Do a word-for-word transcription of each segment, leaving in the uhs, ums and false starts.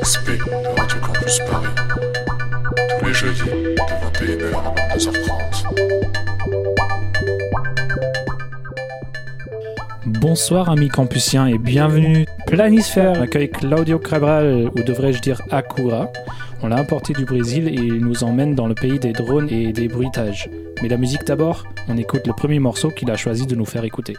Respect de Radio Campus Paris. Tous les jeudis, de vingt et une heures à vingt-deux heures trente. Bonsoir amis campusiens et bienvenue. Planisphère accueille Claudio Cabral, ou devrais-je dire Akura. On l'a importé du Brésil et il nous emmène dans le pays des drones et des bruitages. Mais la musique d'abord, on écoute le premier morceau qu'il a choisi de nous faire écouter.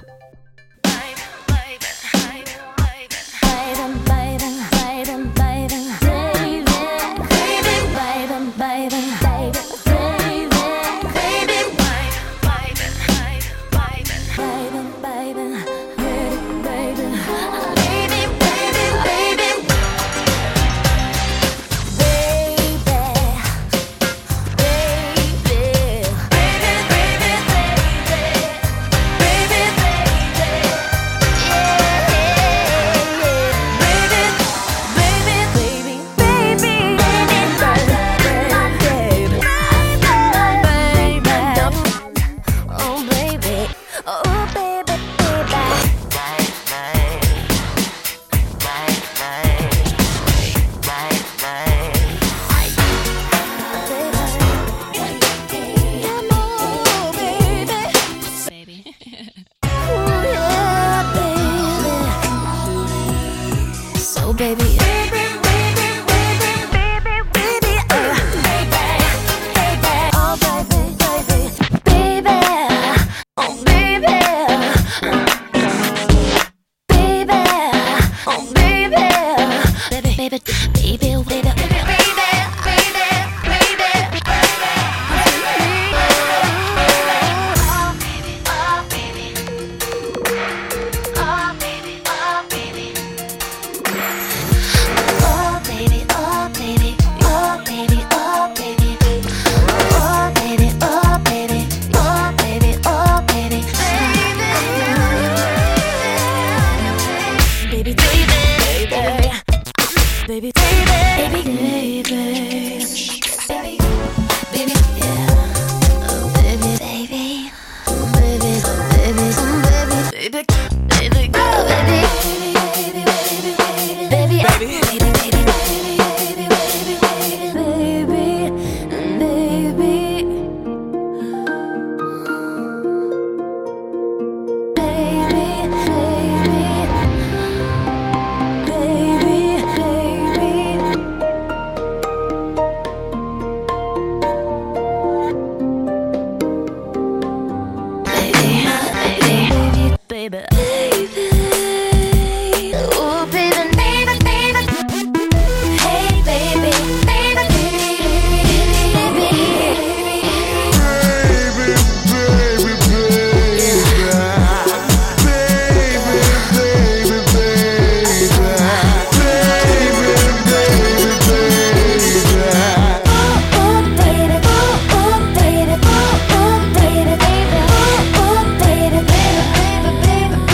Baby,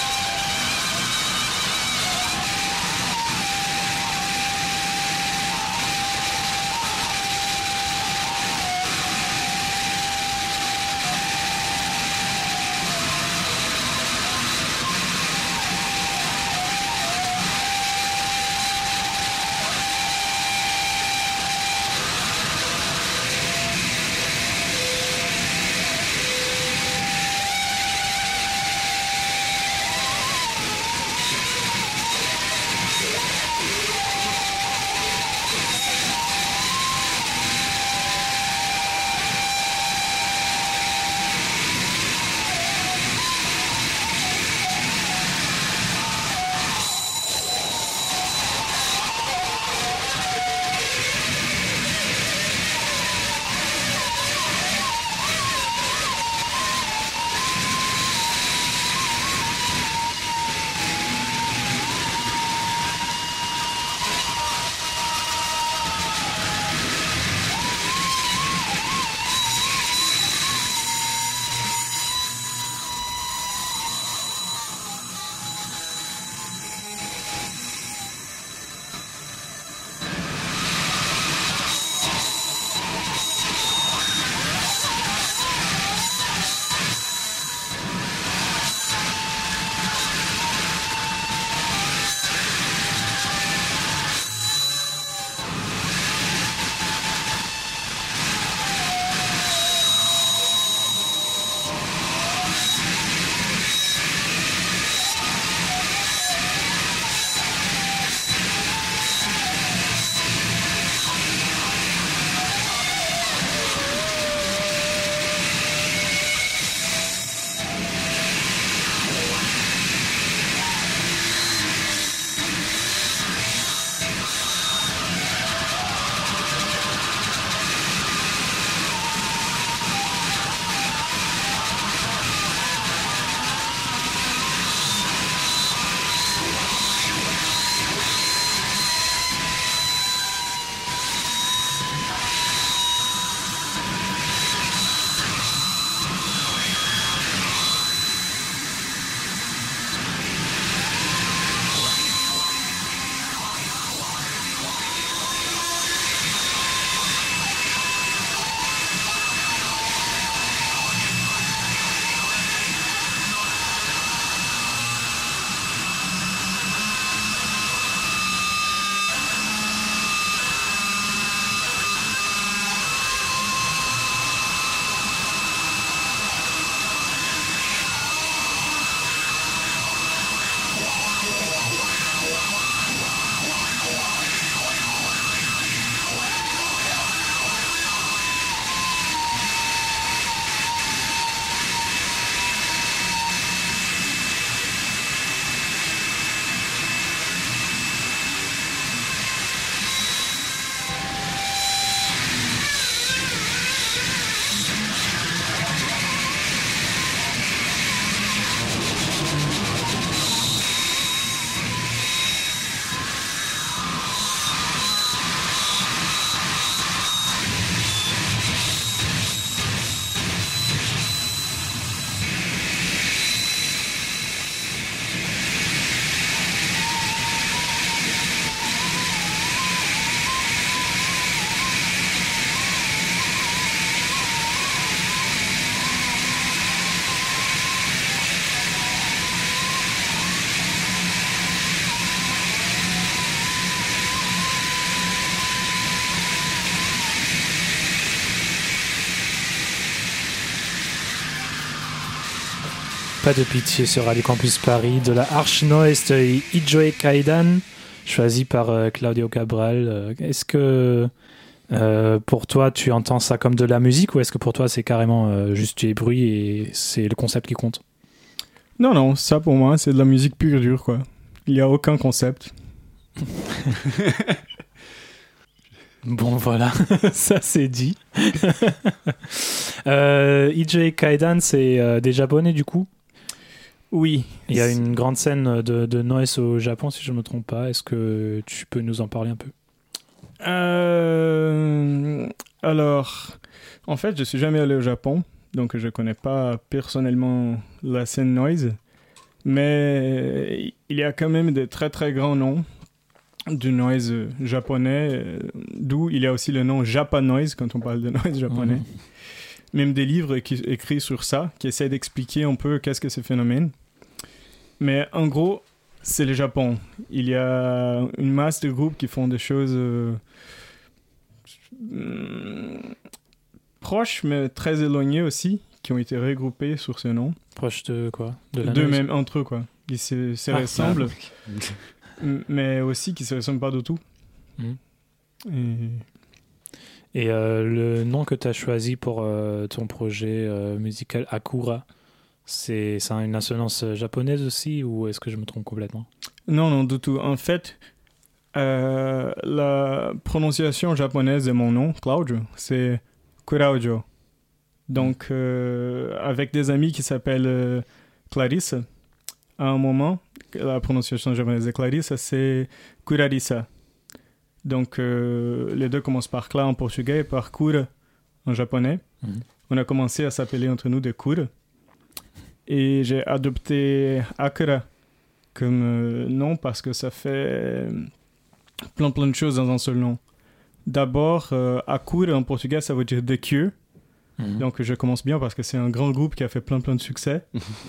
Pas de pitié sur Radio Campus Paris, de la Arch Noise de Ijoe Kaidan, choisi par euh, Claudio Cabral. Euh, est-ce que euh, pour toi tu entends ça comme de la musique ou est-ce que pour toi c'est carrément euh, juste des bruits et c'est le concept qui compte? Non, non, ça pour moi c'est de la musique pure et dure, quoi. Il n'y a aucun concept. Bon voilà, ça c'est dit. euh, Ijoe Kaidan, c'est euh, des Japonais du coup? Oui. Il y a une grande scène de, de noise au Japon, si je ne me trompe pas. Est-ce que tu peux nous en parler un peu? euh, Alors, en fait, je suis jamais allé au Japon, donc je connais pas personnellement la scène noise, mais il y a quand même des très très grands noms du noise japonais, d'où il y a aussi le nom Japan Noise quand on parle de noise japonais. Mmh. Même des livres qui, écrits sur ça, qui essaient d'expliquer un peu qu'est-ce que ce phénomène. Mais en gros, c'est le Japon. Il y a une masse de groupes qui font des choses euh, proches, mais très éloignées aussi, qui ont été regroupés sur ce nom. Proches de quoi? De la D'eux-mêmes, entre eux, quoi. Ils se, se ah, ressemblent, ah, mais aussi qui ne se ressemblent pas du tout. Mmh. Et, Et euh, le nom que tu as choisi pour euh, ton projet euh, musical Akura, c'est, c'est une assonance japonaise aussi ou est-ce que je me trompe complètement? Non, non, du tout. En fait, euh, la prononciation japonaise de mon nom, Claudio, c'est Kuraujo. Donc, euh, avec des amis qui s'appellent euh, Clarisse, à un moment, la prononciation japonaise de Clarisse, c'est Kurarisa. Donc, euh, les deux commencent par Kla en portugais et par Kura en japonais. Mmh. On a commencé à s'appeler entre nous de Kura. Et j'ai adopté Akura comme euh, nom parce que ça fait plein plein de choses dans un seul nom. D'abord, euh, Akura en portugais, ça veut dire de queue. Mmh. Donc, je commence bien parce que c'est un grand groupe qui a fait plein plein de succès.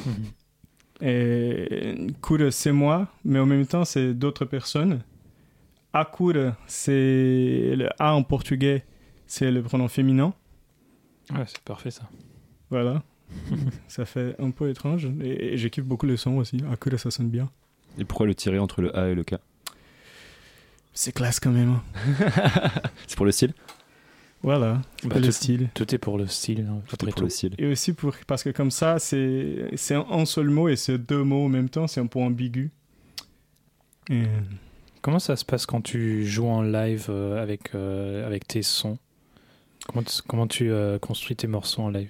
Et Kura, c'est moi, mais en même temps, c'est d'autres personnes. Akura, c'est le A en portugais, c'est le pronom féminin. Ouais, c'est parfait ça. Voilà. Ça fait un peu étrange. Et, et je kiffe beaucoup le son aussi. Akura, ça sonne bien. Et pourquoi le tirer entre le A et le K? C'est classe quand même. C'est pour le style? Voilà, bah, le tout, style. Tout est pour le style. Hein, tout est pour le style. Et aussi pour, parce que comme ça, c'est, c'est un seul mot et c'est deux mots en même temps. C'est un peu ambigu. Et... Comment ça se passe quand tu joues en live euh, avec, euh, avec tes sons? Comment tu, comment tu euh, construis tes morceaux en live?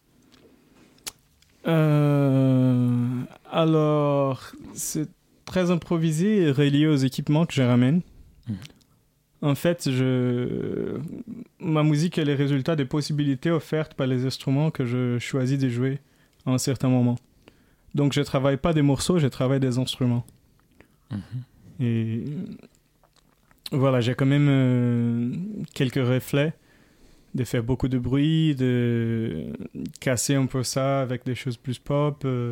euh, Alors, c'est très improvisé et relié aux équipements que je ramène. Mmh. En fait, je... ma musique est le résultat des possibilités offertes par les instruments que je choisis de jouer à un certain moment. Donc, je ne travaille pas des morceaux, je travaille des instruments. Mmh. Et voilà, j'ai quand même euh, quelques reflets de faire beaucoup de bruit, de casser un peu ça avec des choses plus pop. Euh.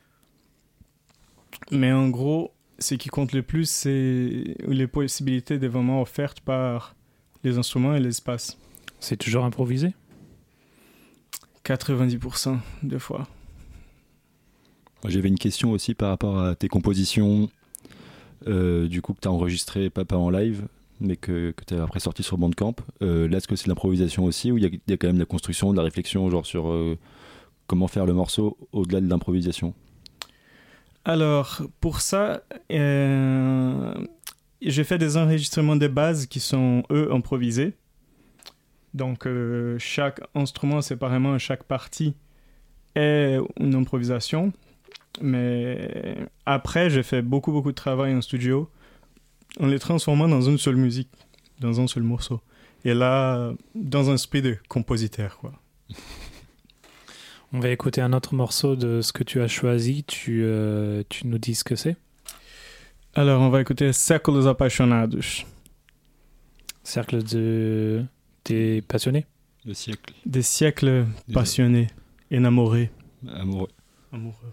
Mais en gros, ce qui compte le plus, c'est les possibilités de vraiment offertes par les instruments et l'espace. C'est toujours improvisé? quatre-vingt-dix pour cent des fois. J'avais une question aussi par rapport à tes compositions. Euh, du coup que tu as enregistré pas, pas en live mais que, que tu as après sorti sur Bandcamp. Euh, là est-ce que c'est de l'improvisation aussi ou il y, y a quand même de la construction, de la réflexion genre sur euh, comment faire le morceau au-delà de l'improvisation? Alors pour ça euh, j'ai fait des enregistrements de base qui sont eux improvisés. Donc euh, chaque instrument séparément, chaque partie est une improvisation. Mais après, j'ai fait beaucoup, beaucoup de travail en studio en les transformant dans une seule musique, dans un seul morceau. Et là, dans un esprit de compositeur, quoi. On va écouter un autre morceau de ce que tu as choisi. Tu, euh, tu nous dis ce que c'est? Alors, on va écouter Séculos Apaixonados. Cercle de... des passionnés? Le siècle. Des siècles passionnés, énamorés. Amoureux. Amoureux.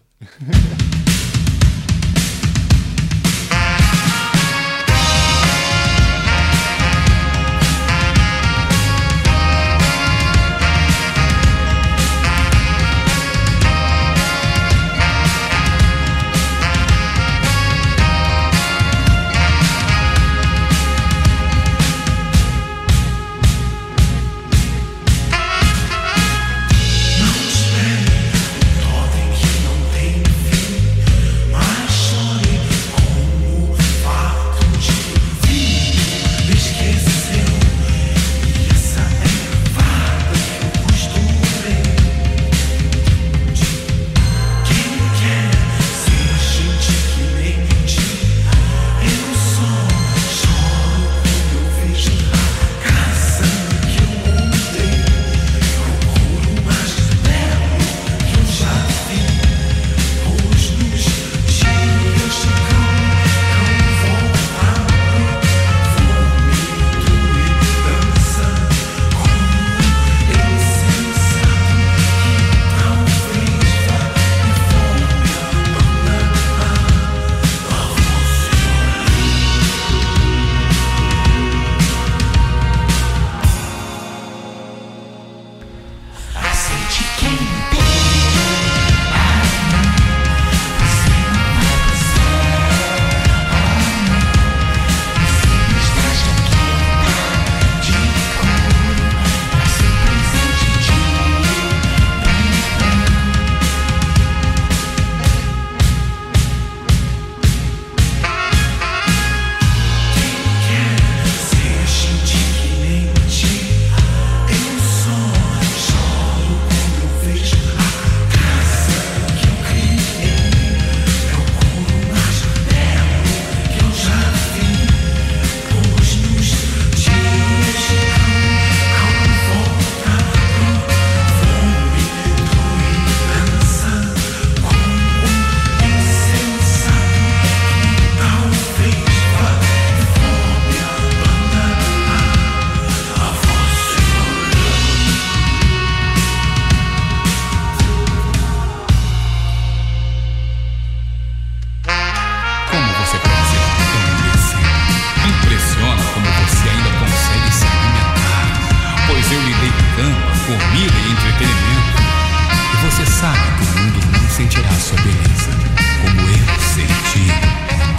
cama, comida e entretenimento. E você sabe que o mundo não sentirá sua beleza como eu senti.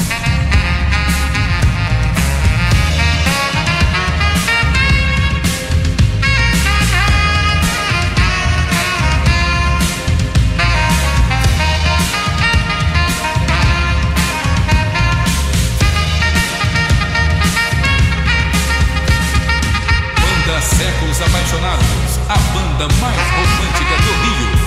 Séculos Apaixonados, a banda mais romântica do Rio.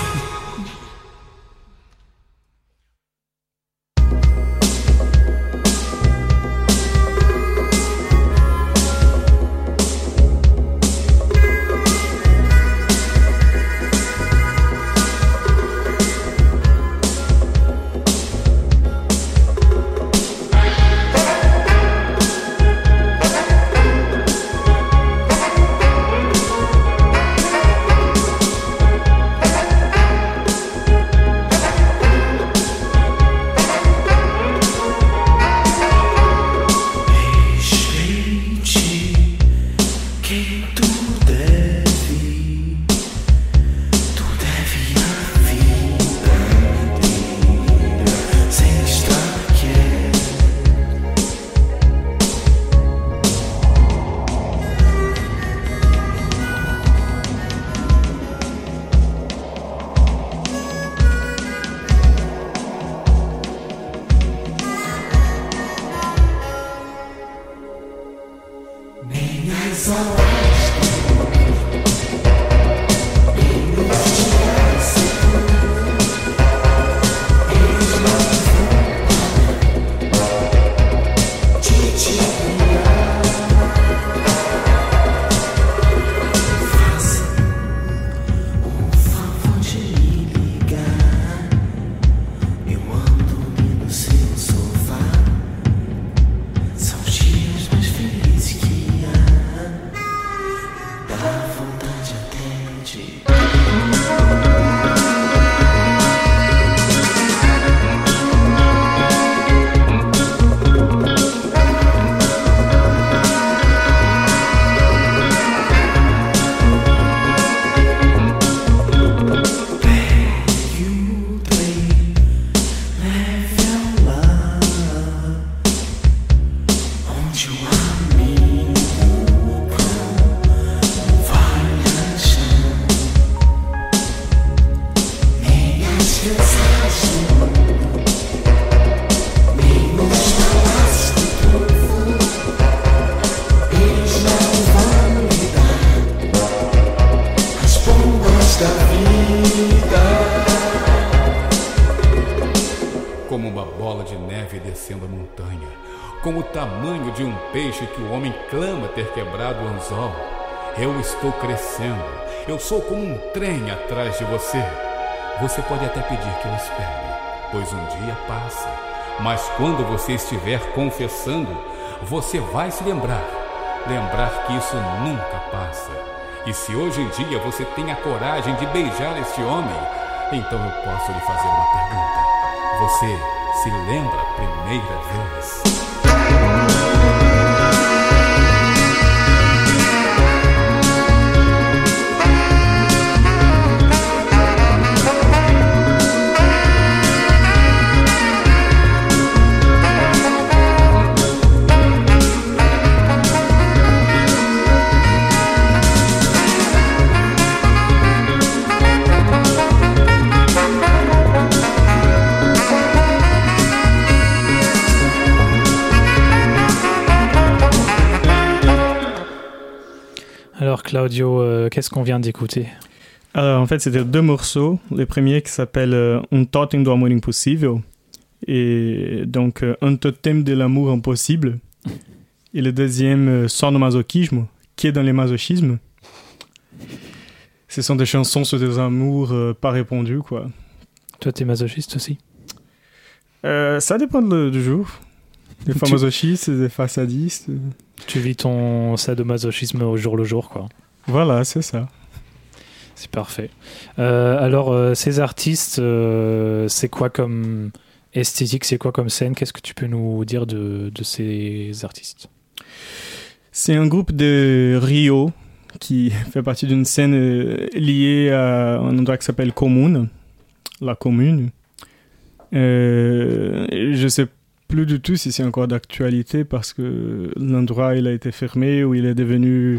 Como uma bola de neve descendo a montanha, com o tamanho de um peixe que o homem clama ter quebrado o anzol. Eu estou crescendo, eu sou como um trem atrás de você. Você pode até pedir que eu espere, pois um dia passa. Mas quando você estiver confessando, você vai se lembrar, lembrar que isso nunca passa. E se hoje em dia você tem a coragem de beijar este homem, então eu posso lhe fazer uma pergunta. Você se lembra a primeira vez? Alors Claudio, euh, qu'est-ce qu'on vient d'écouter? Alors en fait c'était deux morceaux. Le premier qui s'appelle euh, Un Totem do Amor Impossível, et donc euh, Un Totem de l'amour impossible, et le deuxième euh, Sadomasochisme, qui est dans les masochismes. Ce sont des chansons sur des amours euh, pas répondus, quoi. Toi t'es masochiste aussi? euh, Ça dépend de, du jour. Des fois tu... masochistes, des fois sadistes. Tu vis ton sadomasochisme au jour le jour, quoi. Voilà, c'est ça. C'est parfait. Euh, alors, euh, ces artistes, euh, c'est quoi comme esthétique, c'est quoi comme scène? Qu'est-ce que tu peux nous dire de, de ces artistes? C'est un groupe de Rio qui fait partie d'une scène euh, liée à un endroit qui s'appelle Commune, la Commune. Euh, je sais plus du tout si c'est encore d'actualité parce que l'endroit il a été fermé ou il est devenu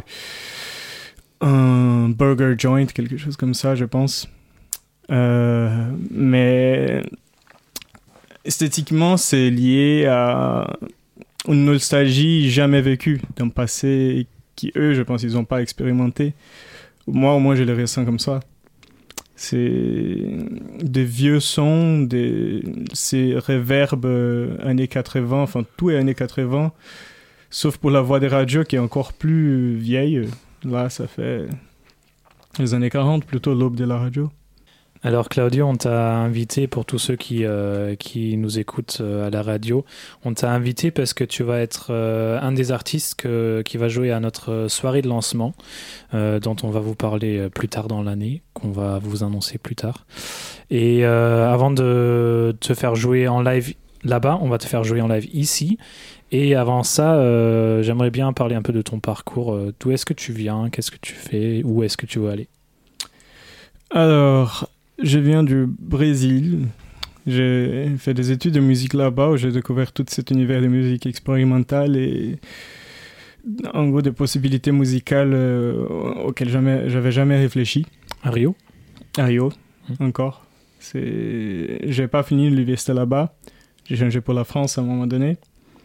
un burger joint, quelque chose comme ça, je pense. Euh, mais esthétiquement, c'est lié à une nostalgie jamais vécue d'un passé qui, eux, je pense, ils n'ont pas expérimenté. Moi, au moins, je les ressens comme ça. C'est des vieux sons, des... ces reverbes années quatre-vingts, enfin, tout est années quatre-vingts, sauf pour la voix des radios qui est encore plus vieille. Là, ça fait les années quarante, plutôt l'aube de la radio. Alors Claudio, on t'a invité, pour tous ceux qui, euh, qui nous écoutent euh, à la radio, on t'a invité parce que tu vas être euh, un des artistes que, qui va jouer à notre soirée de lancement, euh, dont on va vous parler plus tard dans l'année, qu'on va vous annoncer plus tard. Et euh, avant de te faire jouer en live là-bas, on va te faire jouer en live ici. Et avant ça, euh, j'aimerais bien parler un peu de ton parcours. Euh, d'où est-ce que tu viens? Qu'est-ce que tu fais? Où est-ce que tu veux aller? Alors... je viens du Brésil. J'ai fait des études de musique là-bas où j'ai découvert tout cet univers de musique expérimentale et en gros des possibilités musicales euh, auxquelles jamais, j'avais jamais réfléchi. À Rio? À Rio, mmh. encore. C'est... J'ai pas fini l'université là-bas. J'ai changé pour la France à un moment donné.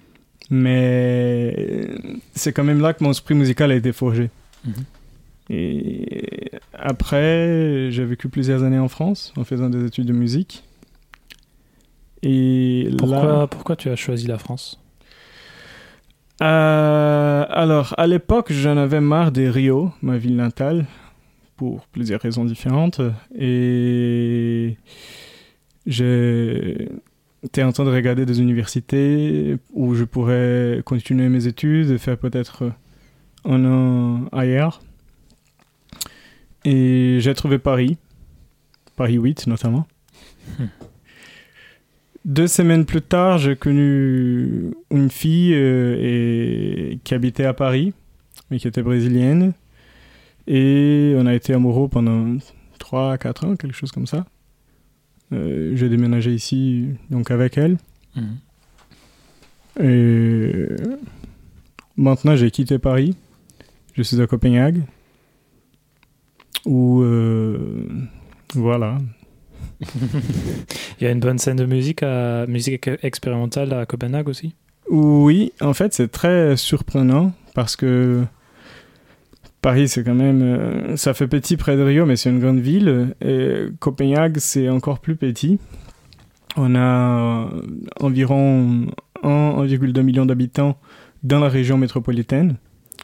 Mais c'est quand même là que mon esprit musical a été forgé. Mmh. Et après, j'ai vécu plusieurs années en France en faisant des études de musique. Et pourquoi, là... pourquoi tu as choisi la France? euh, Alors, à l'époque, j'en avais marre des Rio, ma ville natale, pour plusieurs raisons différentes. Et j'étais en train de regarder des universités où je pourrais continuer mes études et faire peut-être un an ailleurs. Et j'ai trouvé Paris, Paris huit notamment. Hmm. Deux semaines plus tard, j'ai connu une fille euh, et... qui habitait à Paris, mais qui était brésilienne. Et on a été amoureux pendant trois à quatre ans, quelque chose comme ça. Euh, j'ai déménagé ici, donc avec elle. Hmm. Et maintenant, j'ai quitté Paris. Je suis à Copenhague. Où, euh, voilà. Il y a une bonne scène de musique, à, musique expérimentale à Copenhague aussi? Oui, en fait, c'est très surprenant parce que Paris, c'est quand même... Euh, ça fait petit près de Rio, mais c'est une grande ville. Et Copenhague, c'est encore plus petit. On a environ un virgule deux million d'habitants dans la région métropolitaine.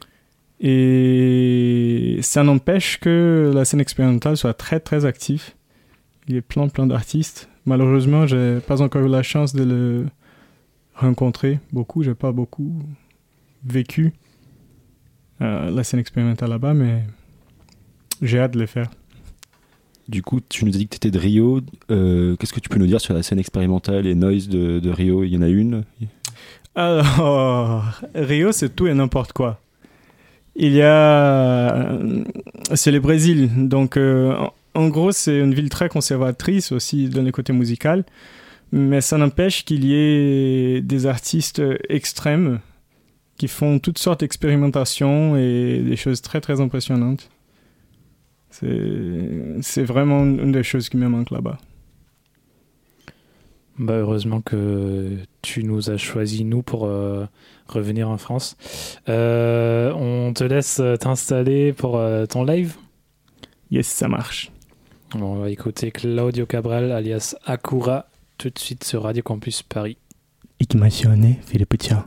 Et ça n'empêche que la scène expérimentale soit très très active. Il y a plein plein d'artistes. Malheureusement, j'ai pas encore eu la chance de le rencontrer beaucoup. J'ai pas beaucoup vécu euh, la scène expérimentale là-bas, mais j'ai hâte de le faire. Du coup, tu nous as dit que tu étais de Rio. Euh, qu'est-ce que tu peux nous dire sur la scène expérimentale et noise de, de Rio? Il y en a une? Alors, Rio, c'est tout et n'importe quoi. Il y a... C'est le Brésil, donc euh, en, en gros c'est une ville très conservatrice aussi dans le côté musical, mais ça n'empêche qu'il y ait des artistes extrêmes qui font toutes sortes d'expérimentations et des choses très très impressionnantes. C'est, c'est vraiment une des choses qui me manque là-bas. Bah heureusement que tu nous as choisi, nous, pour euh, revenir en France. Euh, on te laisse t'installer pour euh, ton live? Yes, ça marche. Bon, on va écouter Claudio Cabral, alias Akura, tout de suite sur Radio Campus Paris. Igmazione Filippuccia.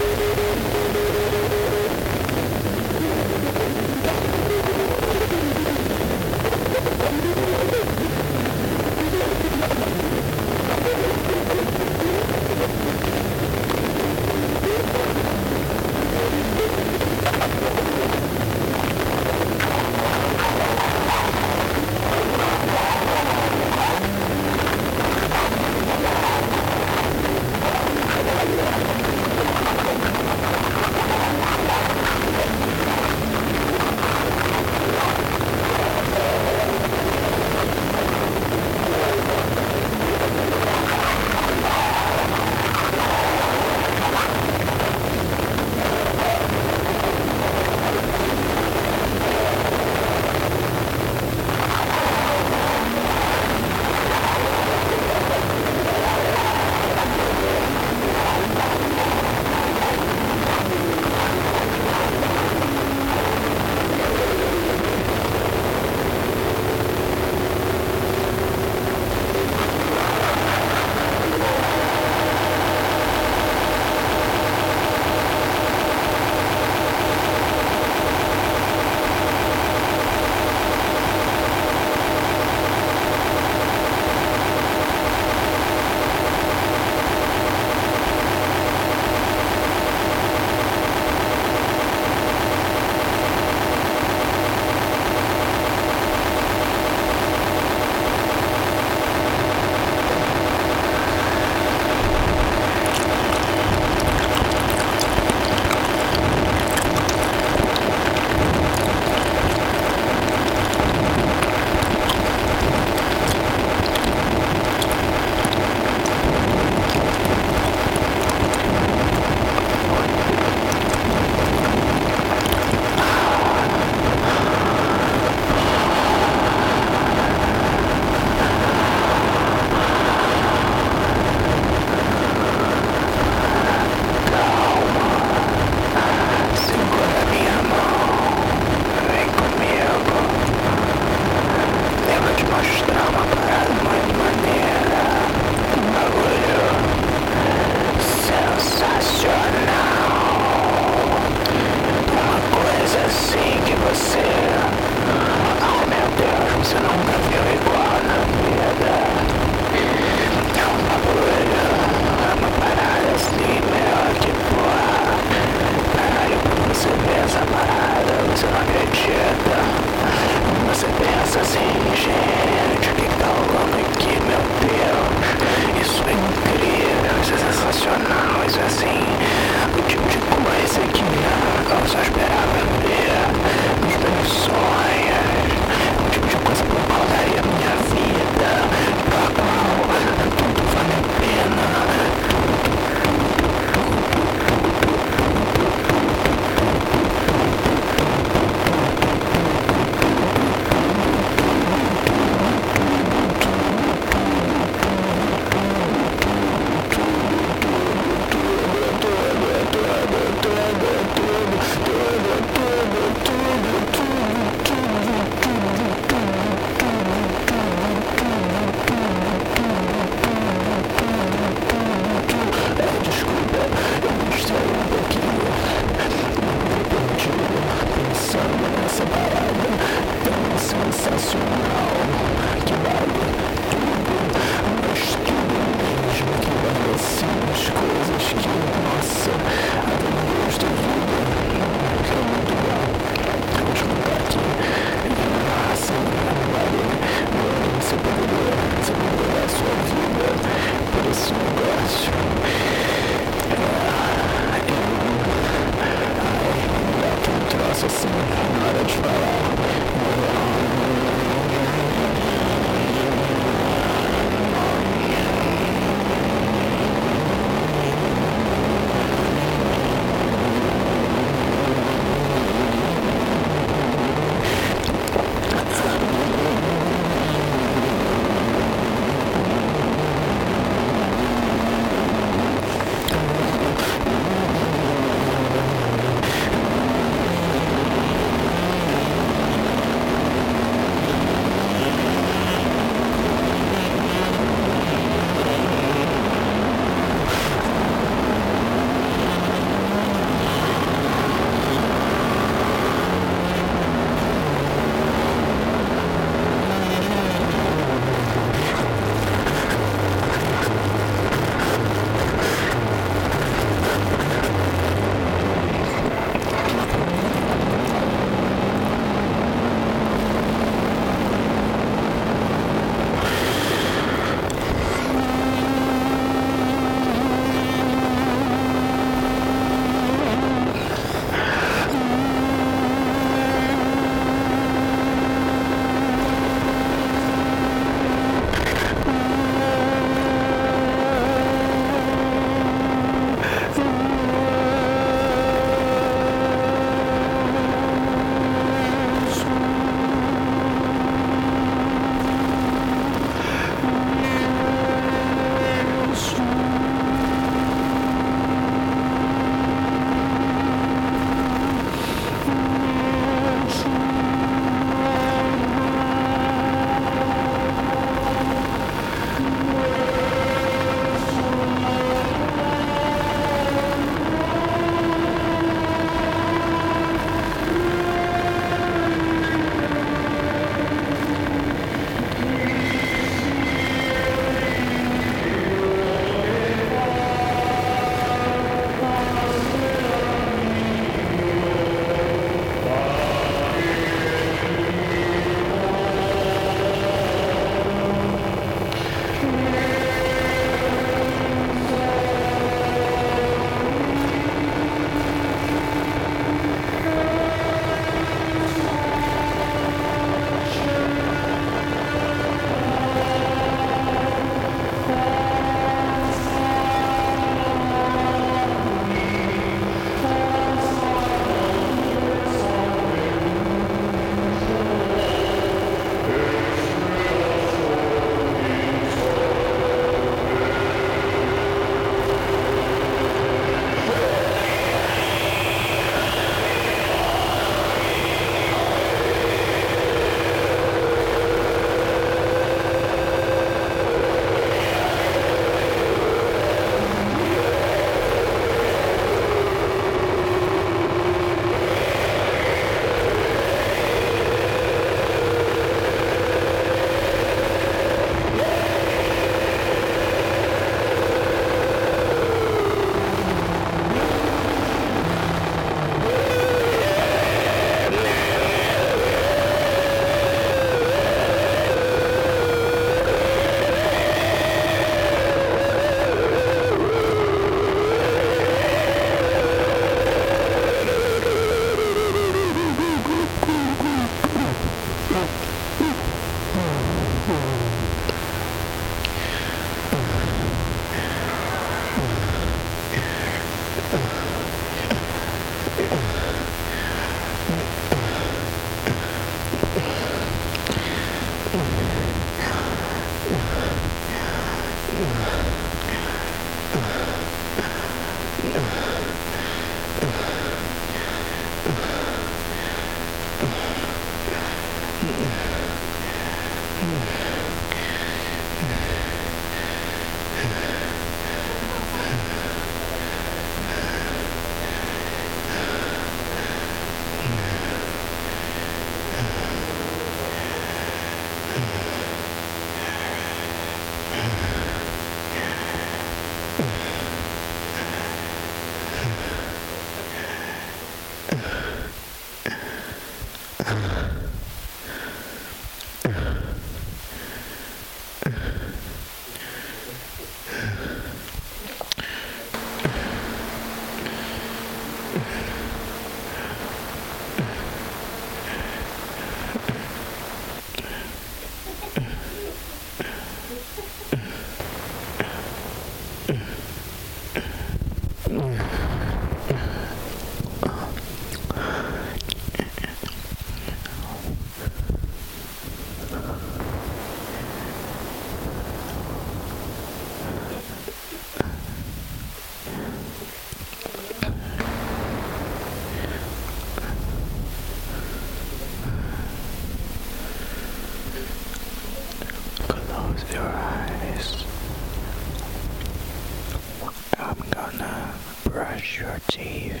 brush your teeth.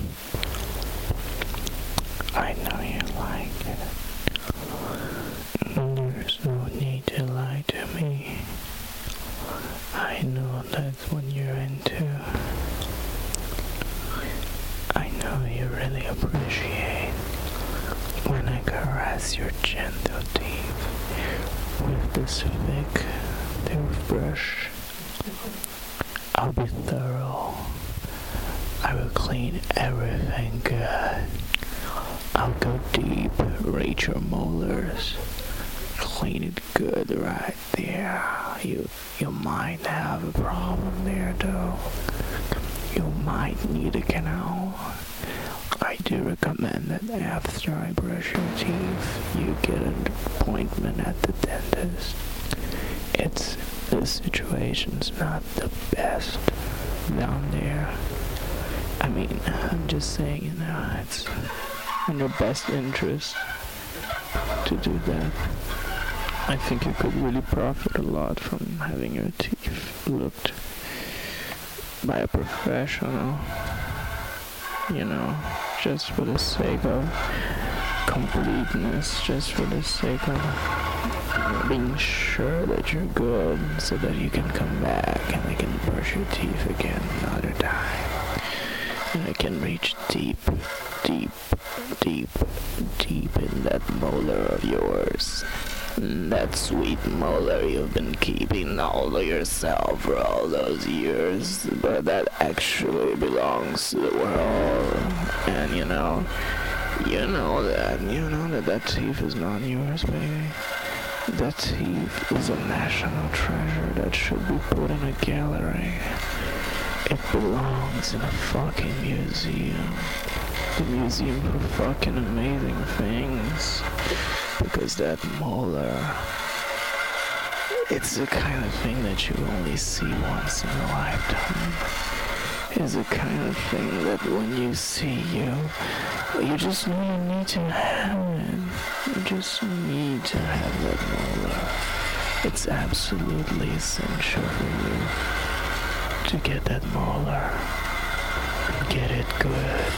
I know you like it. There's no need to lie to me. I know that's what you're into. I know you really appreciate when I caress your gentle teeth with this thick toothbrush. I'll be thorough. I will clean everything good. I'll go deep, rate your molars. Clean it good right there. You you might have a problem there though. You might need a canal. I do recommend that after I brush your teeth, you get an appointment at the dentist. It's the situation's not the best down there. I mean, I'm just saying, you know, it's in your best interest to do that. I think you could really profit a lot from having your teeth looked by a professional, you know, just for the sake of completeness, just for the sake of being sure that you're good, so that you can come back and I can brush your teeth again another time. And I can reach deep, deep, deep, deep in that molar of yours. That sweet molar you've been keeping all to yourself for all those years, but that actually belongs to the world. And you know, you know that, you know that that teeth is not yours, baby. That teeth is a national treasure that should be put in a gallery. It belongs in a fucking museum. The museum for fucking amazing things. Because that molar, it's the kind of thing that you only see once in a lifetime. It's the kind of thing that when you see you, you just really need to have it. You just need to have that molar. It's absolutely essential for you to get that molar and get it good.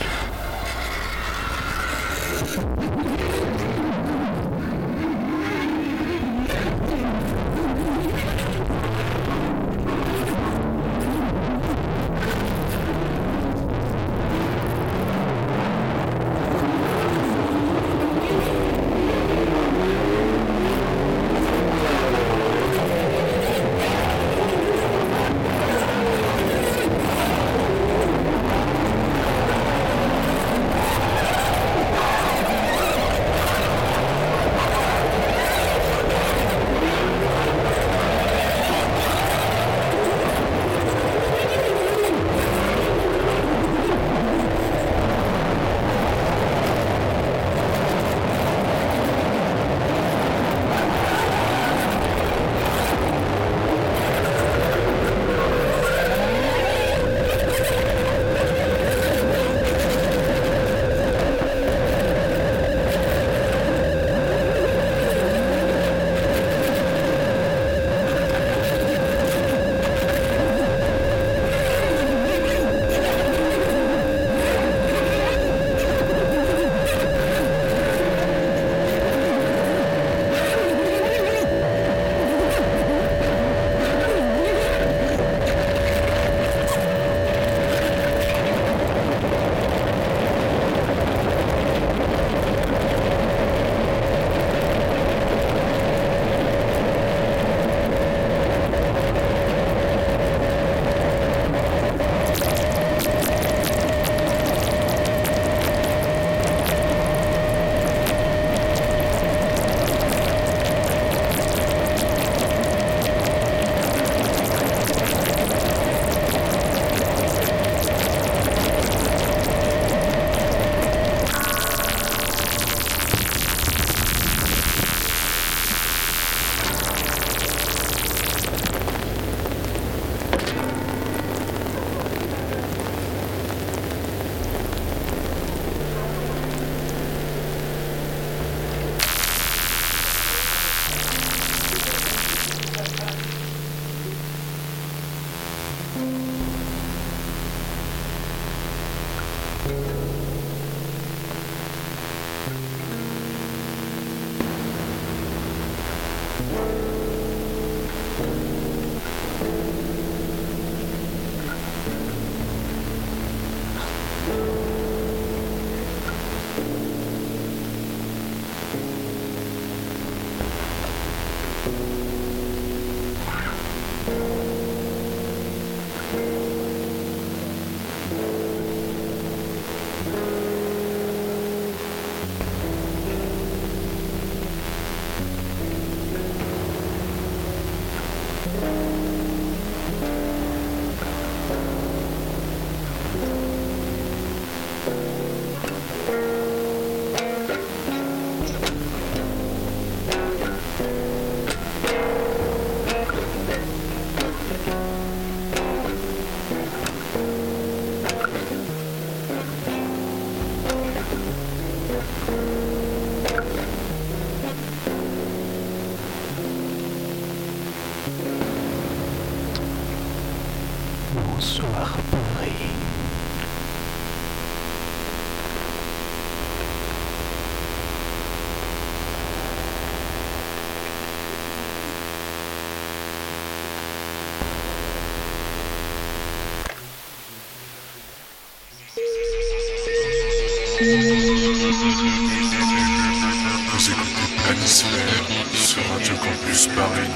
Planisphère sur Radio Campus Paris.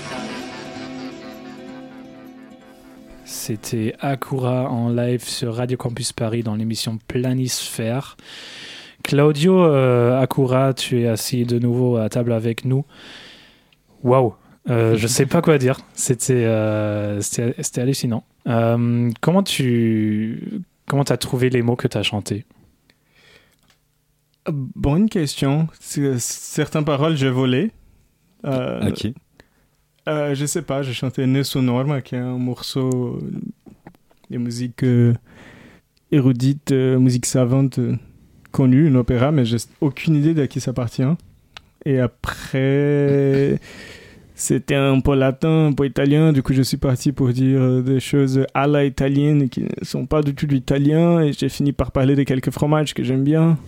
C'était Akura en live sur Radio Campus Paris dans l'émission Planisphère. Claudio, euh, Akura, tu es assis de nouveau à table avec nous. Waouh, euh, je sais pas quoi dire. C'était, euh, c'était, c'était hallucinant. Euh, comment tu, comment t'as trouvé les mots que t'as chantés? Bonne question. C'est- Certaines paroles, j'ai volé. Euh, Ok. euh, je sais pas, j'ai chanté Nessun Norma, qui est un morceau de musique euh, érudite, euh, musique savante euh, connue, une opéra, mais j'ai aucune idée de qui ça appartient. Et après, c'était un peu latin, un peu italien, du coup je suis parti pour dire euh, des choses à la italienne qui ne sont pas du tout de l'italien, et j'ai fini par parler de quelques fromages que j'aime bien.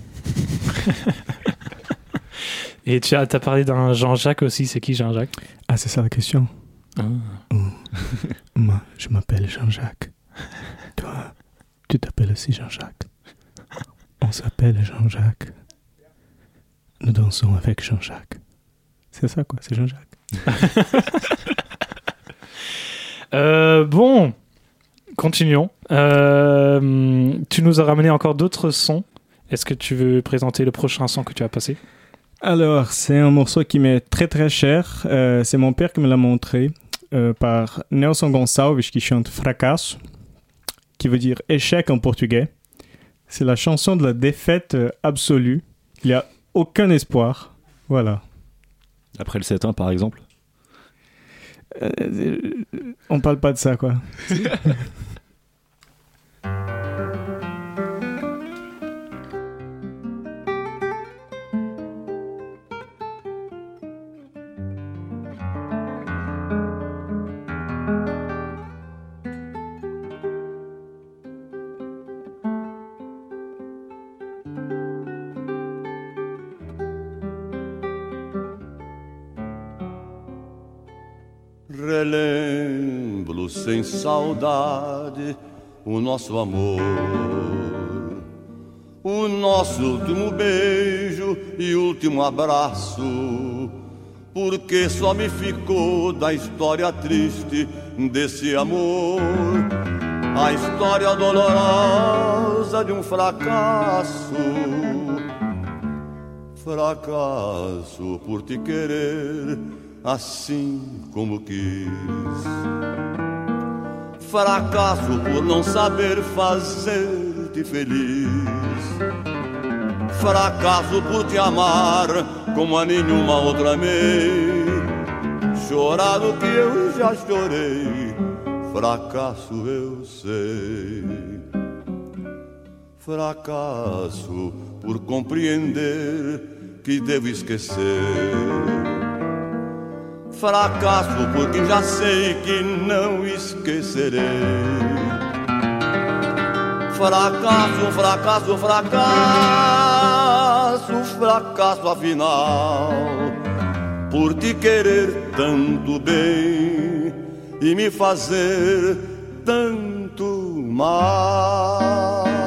Et tu as, t'as parlé d'un Jean-Jacques aussi. C'est qui Jean-Jacques? Ah, c'est ça la question. Ah. Moi, je m'appelle Jean-Jacques. Toi, tu t'appelles aussi Jean-Jacques. On s'appelle Jean-Jacques. Nous dansons avec Jean-Jacques. C'est ça, quoi, c'est Jean-Jacques. Euh, bon, continuons. Euh, tu nous as ramené encore d'autres sons. Est-ce que tu veux présenter le prochain son que tu as passé? Alors, c'est un morceau qui m'est très très cher. Euh, c'est mon père qui me l'a montré euh, par Nelson Gonçalves qui chante Fracasso, qui veut dire échec en portugais. C'est la chanson de la défaite euh, absolue. Il n'y a aucun espoir. Voilà. Après le sept un, par exemple. Euh, euh, on parle pas de ça, quoi. Relembro sem saudade o nosso amor, o nosso último beijo e último abraço, porque só me ficou da história triste desse amor, a história dolorosa de um fracasso, fracasso por te querer assim como quis, fracasso por não saber fazer-te feliz, fracasso por te amar como a nenhuma outra amei, chorar o que eu já chorei, fracasso eu sei, fracasso por compreender que devo esquecer, fracasso porque já sei que não esquecerei. Fracasso, fracasso, fracasso, fracasso afinal, por te querer tanto bem e me fazer tanto mal.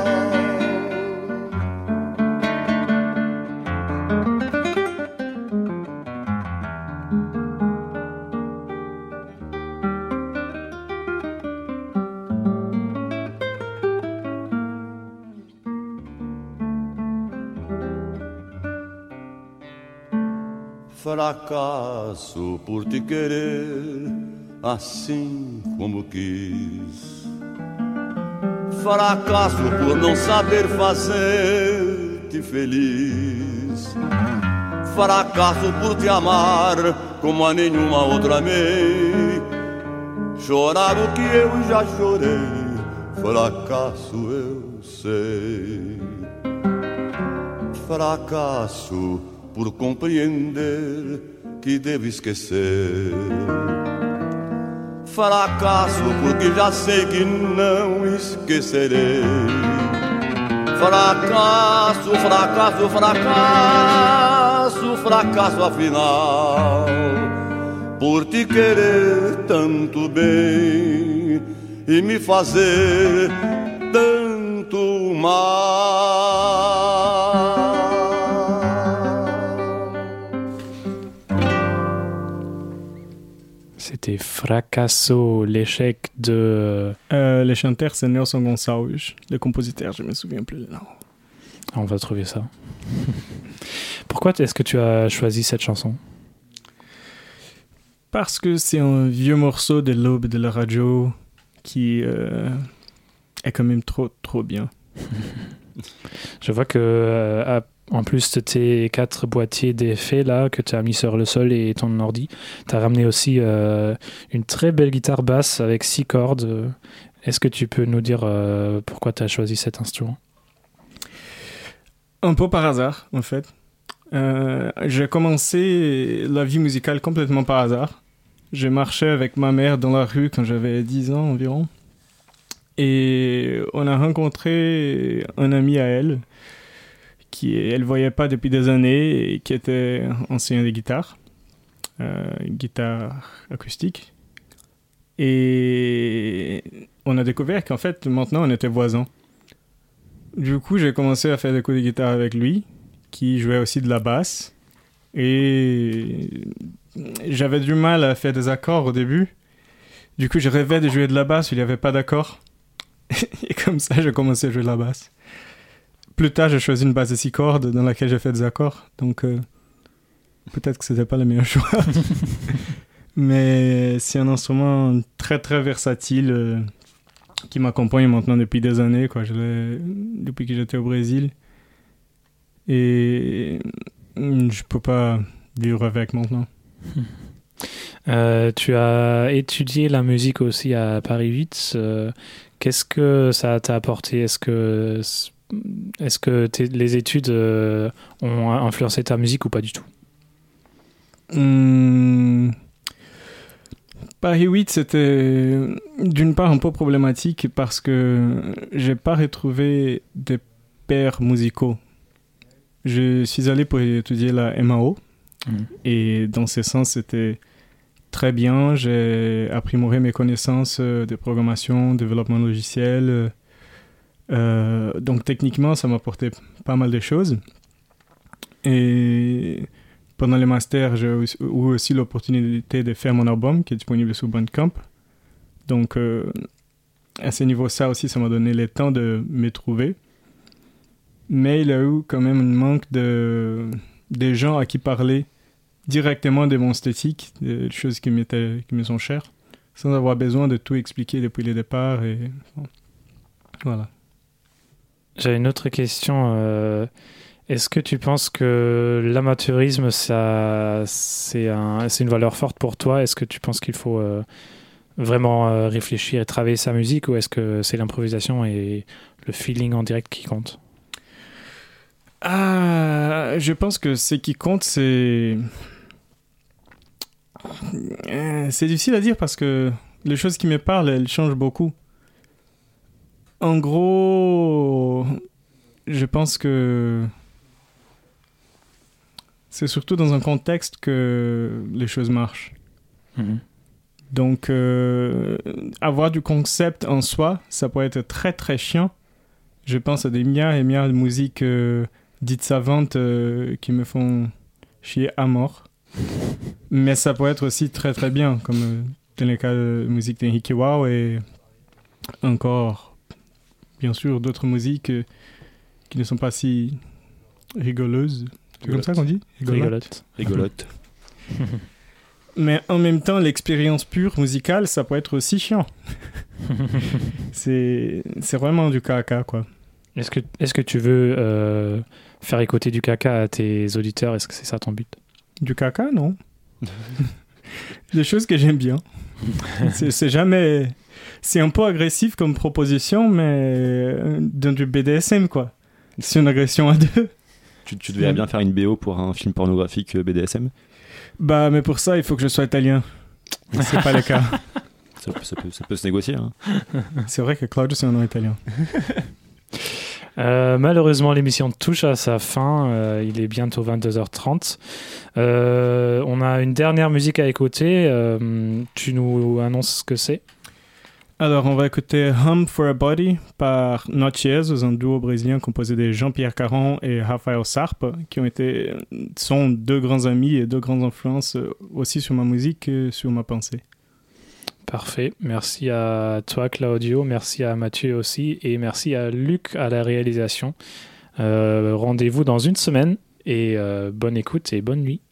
Fracasso por te querer assim como quis, fracasso por não saber fazer-te feliz, fracasso por te amar como a nenhuma outra amei, chorar o que eu já chorei, fracasso eu sei, fracasso por compreender que devo esquecer, fracasso porque já sei que não esquecerei, fracasso, fracasso, fracasso, fracasso afinal, por te querer tanto bem e me fazer tanto mal. C'était Fracasso, l'échec de... Euh, le chanteur, c'est Nelson Gonçalves. Le compositeur, je me souviens plus le nom. On va trouver ça. Pourquoi est-ce que tu as choisi cette chanson? Parce que c'est un vieux morceau de l'aube de la radio qui euh, est quand même trop, trop bien. Je vois que, euh, en plus de tes quatre boîtiers d'effets là, que tu as mis sur le sol et ton ordi, tu as ramené aussi euh, une très belle guitare basse avec six cordes. Est-ce que tu peux nous dire euh, pourquoi tu as choisi cet instrument? Un peu par hasard, en fait. Euh, j'ai commencé la vie musicale complètement par hasard. Je marchais avec ma mère dans la rue quand j'avais dix ans environ. Et on a rencontré un ami à elle, qui elle ne voyait pas depuis des années, et qui était enseignant de guitare, euh, guitare acoustique. Et on a découvert qu'en fait, maintenant, on était voisins. Du coup, j'ai commencé à faire des coups de guitare avec lui, qui jouait aussi de la basse. Et j'avais du mal à faire des accords au début. Du coup, je rêvais de jouer de la basse, il n'y avait pas d'accords. Et comme ça, j'ai commencé à jouer de la basse. Plus tard, j'ai choisi une basse de six cordes dans laquelle j'ai fait des accords. Donc, euh, peut-être que c'était pas le meilleur choix. Mais c'est un instrument très, très versatile euh, qui m'accompagne maintenant depuis des années, quoi. Je l'ai depuis que j'étais au Brésil. Et je peux pas vivre avec maintenant. Euh, tu as étudié la musique aussi à Paris huit. Euh, qu'est-ce que ça t'a apporté? Est-ce que, est-ce que les études euh, ont influencé ta musique ou pas du tout? Hum, Paris huit, c'était d'une part un peu problématique parce que j'ai pas retrouvé des pairs musicaux. Je suis allé pour étudier la M A O mmh. et dans ce sens, c'était très bien. J'ai apprimoré mes connaissances de programmation, développement logiciel. Euh, donc techniquement, ça m'a apporté pas mal de choses. Et pendant les masters, j'ai eu aussi l'opportunité de faire mon album qui est disponible sur Bandcamp. Donc euh, à ce niveau, ça aussi, ça m'a donné le temps de me trouver. Mais il y a eu quand même un manque de, de gens à qui parler directement de mon esthétique, des choses qui, qui me sont chères, sans avoir besoin de tout expliquer depuis le départ. Et bon, voilà. J'ai une autre question. Euh, est-ce que tu penses que l'amateurisme, ça, c'est, un, c'est une valeur forte pour toi? Est-ce que tu penses qu'il faut euh, vraiment euh, réfléchir et travailler sa musique, ou est-ce que c'est l'improvisation et le feeling en direct qui compte? Ah, je pense que ce qui compte, c'est... C'est difficile à dire parce que les choses qui me parlent, elles changent beaucoup. En gros, je pense que c'est surtout dans un contexte que les choses marchent. Mmh. Donc, euh, avoir du concept en soi, ça peut être très très chiant. Je pense à des milliards et milliards de musiques euh, dites savantes euh, qui me font chier à mort. Mais ça peut être aussi très très bien, comme euh, dans le cas de la musique d'Enrique Wow et encore, bien sûr, d'autres musiques euh, qui ne sont pas si rigoleuses. C'est comme ça qu'on dit? Rigolote. Rigolote. Mais en même temps, l'expérience pure musicale, ça peut être aussi chiant. c'est, c'est vraiment du caca, quoi. Est-ce que, est-ce que tu veux euh, faire écouter du caca à tes auditeurs? Est-ce que c'est ça ton but? Du caca, non. Des choses que j'aime bien. c'est, c'est jamais... C'est un peu agressif comme proposition, mais dans du B D S M, quoi. C'est une agression à deux. Tu, tu devrais bien faire une B O pour un film pornographique B D S M? Bah, mais pour ça, il faut que je sois italien. C'est pas le cas. Ça, ça, peut, ça peut se négocier. Hein. C'est vrai que Claudio, c'est un nom italien. Euh, malheureusement, l'émission touche à sa fin. Euh, il est bientôt vingt-deux heures trente. Euh, on a une dernière musique à écouter. Euh, tu nous annonces ce que c'est? Alors, on va écouter Hum for a Body par Noches, un duo brésilien composé de Jean-Pierre Caron et Rafael Sarp, qui ont été, sont deux grands amis et deux grandes influences aussi sur ma musique et sur ma pensée. Parfait. Merci à toi, Claudio. Merci à Mathieu aussi. Et merci à Luc à la réalisation. Euh, rendez-vous dans une semaine. Et euh, bonne écoute et bonne nuit.